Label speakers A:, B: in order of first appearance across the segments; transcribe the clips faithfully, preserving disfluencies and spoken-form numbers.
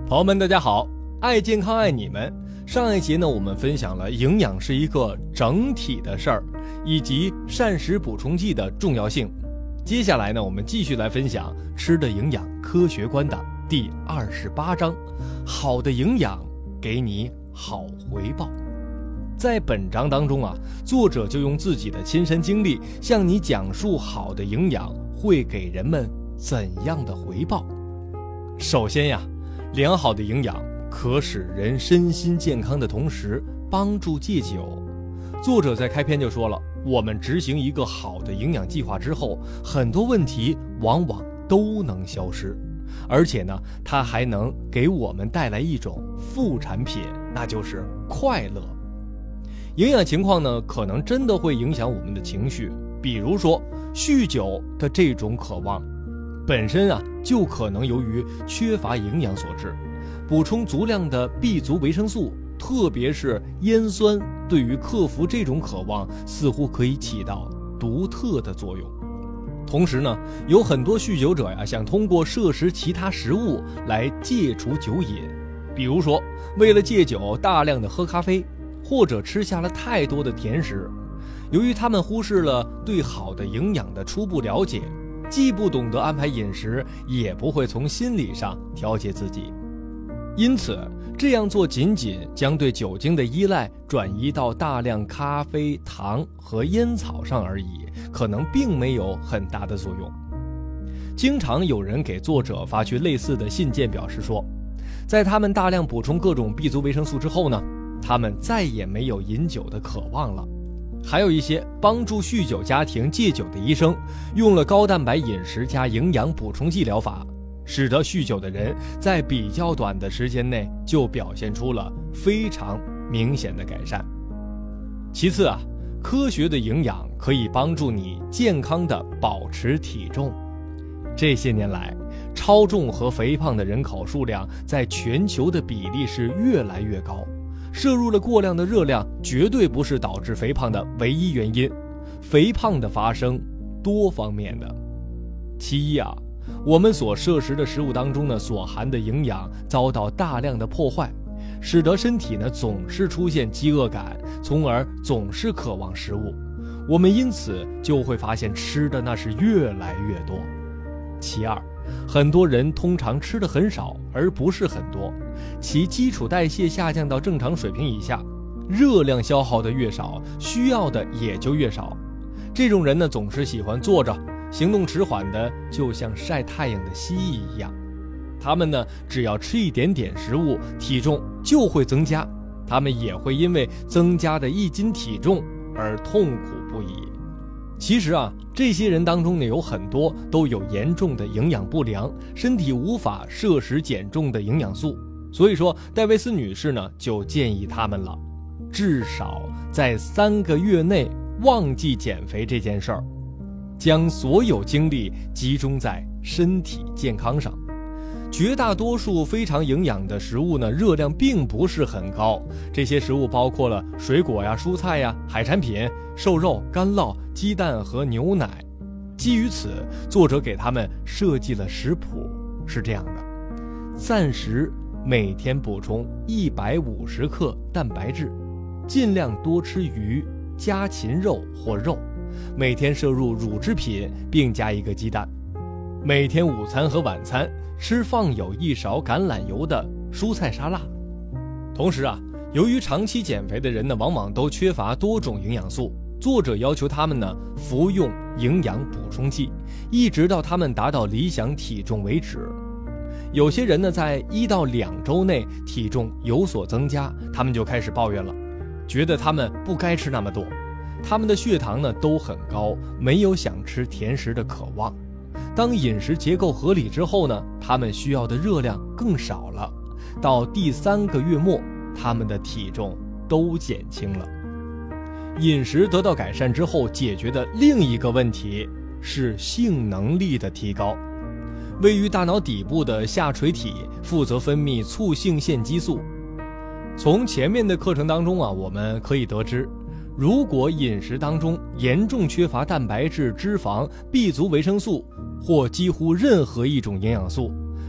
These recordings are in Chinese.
A: 朋友们大家好，爱健康爱你们。上一节呢，我们分享了营养是一个整体的事儿，以及膳食补充剂的重要性。接下来呢，我们继续来分享吃的营养科学观的第二十八章，好的营养给你好回报。在本章当中啊，作者就用自己的亲身经历向你讲述好的营养会给人们怎样的回报。首先呀，良好的营养可使人身心健康的同时帮助戒酒。作者在开篇就说了，我们执行一个好的营养计划之后，很多问题往往都能消失，而且呢，它还能给我们带来一种副产品，那就是快乐。营养情况呢，可能真的会影响我们的情绪，比如说酗酒的这种渴望本身啊，就可能由于缺乏营养所致。补充足量的 B 族维生素，特别是烟酸，对于克服这种渴望似乎可以起到独特的作用。同时呢，有很多酗酒者呀，想通过摄食其他食物来戒除酒瘾，比如说为了戒酒大量的喝咖啡，或者吃下了太多的甜食。由于他们忽视了对好的营养的初步了解，既不懂得安排饮食，也不会从心理上调节自己，因此这样做仅仅将对酒精的依赖转移到大量咖啡、糖和烟草上而已，可能并没有很大的作用。经常有人给作者发去类似的信件，表示说，在他们大量补充各种 B 族维生素之后呢，他们再也没有饮酒的渴望了。还有一些帮助酗酒家庭戒酒的医生，用了高蛋白饮食加营养补充剂疗法，使得酗酒的人在比较短的时间内就表现出了非常明显的改善。其次啊，科学的营养可以帮助你健康的保持体重。这些年来，超重和肥胖的人口数量在全球的比例是越来越高。摄入了过量的热量绝对不是导致肥胖的唯一原因，肥胖的发生多方面的。其一啊，我们所摄食的食物当中呢，所含的营养遭到大量的破坏，使得身体呢总是出现饥饿感，从而总是渴望食物。我们因此就会发现吃的那是越来越多。其二，很多人通常吃的很少，而不是很多，其基础代谢下降到正常水平以下，热量消耗的越少，需要的也就越少。这种人呢，总是喜欢坐着，行动迟缓的，就像晒太阳的蜥蜴一样。他们呢，只要吃一点点食物，体重就会增加，他们也会因为增加的一斤体重而痛苦不已。其实啊，这些人当中呢，有很多都有严重的营养不良，身体无法摄食减重的营养素。所以说，戴维斯女士呢，就建议他们了，至少在三个月内忘记减肥这件事儿，将所有精力集中在身体健康上。绝大多数非常营养的食物呢，热量并不是很高。这些食物包括了水果呀、蔬菜呀、海产品、瘦肉、干酪、鸡蛋和牛奶。基于此，作者给他们设计了食谱，是这样的：暂时每天补充一百五十克蛋白质，尽量多吃鱼、家禽肉或肉，每天摄入乳制品并加一个鸡蛋。每天午餐和晚餐吃放有一勺橄榄油的蔬菜沙拉。同时啊，由于长期减肥的人呢，往往都缺乏多种营养素，作者要求他们呢服用营养补充剂，一直到他们达到理想体重为止。有些人呢，在一到两周内体重有所增加，他们就开始抱怨了，觉得他们不该吃那么多。他们的血糖呢都很高，没有想吃甜食的渴望。当饮食结构合理之后呢，他们需要的热量更少了。到第三个月末，他们的体重都减轻了。饮食得到改善之后，解决的另一个问题是性能力的提高。位于大脑底部的下垂体负责分泌促性腺激素。从前面的课程当中啊，我们可以得知，如果饮食当中严重缺乏蛋白质、脂肪、B 族维生素或几乎任何一种营养素，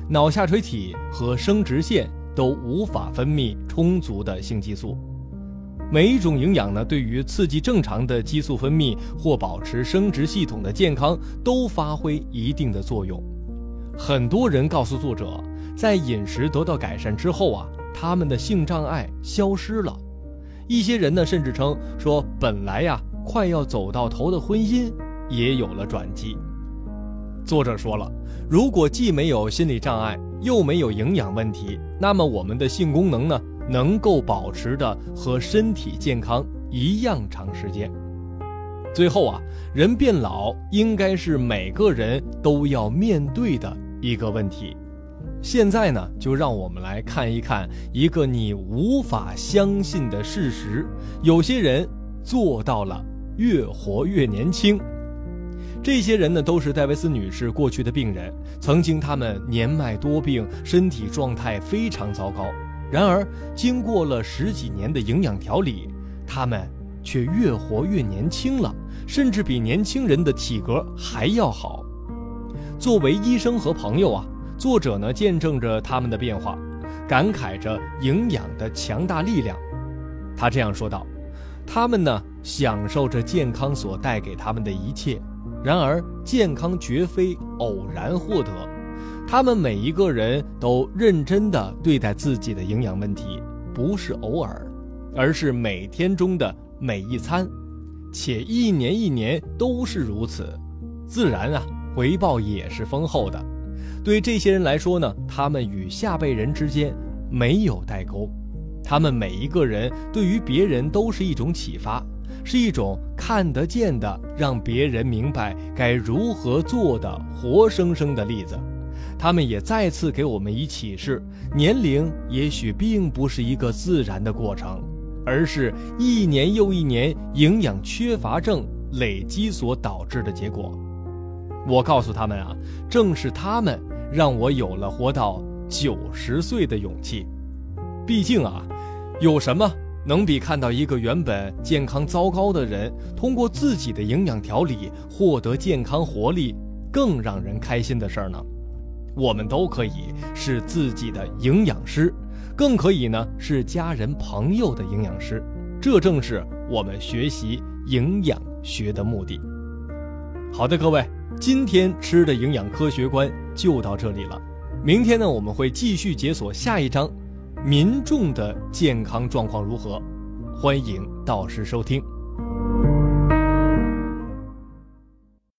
A: 脑下垂体和生殖腺都无法分泌充足的性激素。每一种营养呢，对于刺激正常的激素分泌或保持生殖系统的健康都发挥一定的作用。很多人告诉作者，在饮食得到改善之后啊，他们的性障碍消失了。一些人呢，甚至称说，本来呀快要走到头的婚姻也有了转机。作者说了，如果既没有心理障碍，又没有营养问题，那么我们的性功能呢，能够保持的和身体健康一样长时间。最后啊，人变老应该是每个人都要面对的一个问题。现在呢，就让我们来看一看一个你无法相信的事实：有些人做到了越活越年轻。这些人呢，都是戴维斯女士过去的病人，曾经他们年迈多病，身体状态非常糟糕。然而，经过了十几年的营养调理，他们却越活越年轻了，甚至比年轻人的体格还要好。作为医生和朋友啊，作者呢见证着他们的变化，感慨着营养的强大力量。他这样说道：他们呢享受着健康所带给他们的一切，然而健康绝非偶然获得，他们每一个人都认真地对待自己的营养问题，不是偶尔，而是每天中的每一餐，且一年一年都是如此，自然啊回报也是丰厚的。对这些人来说呢，他们与下辈人之间没有代沟，他们每一个人对于别人都是一种启发，是一种看得见的让别人明白该如何做的活生生的例子。他们也再次给我们以启示，年龄也许并不是一个自然的过程，而是一年又一年营养缺乏症累积所导致的结果。我告诉他们啊，正是他们让我有了活到九十岁的勇气。毕竟啊，有什么能比看到一个原本健康糟糕的人通过自己的营养调理获得健康活力更让人开心的事儿呢？我们都可以是自己的营养师，更可以呢是家人朋友的营养师，这正是我们学习营养学的目的。好的，各位，今天吃的营养科学观就到这里了。明天呢，我们会继续解锁下一章，民众的健康状况如何？欢迎到时收听。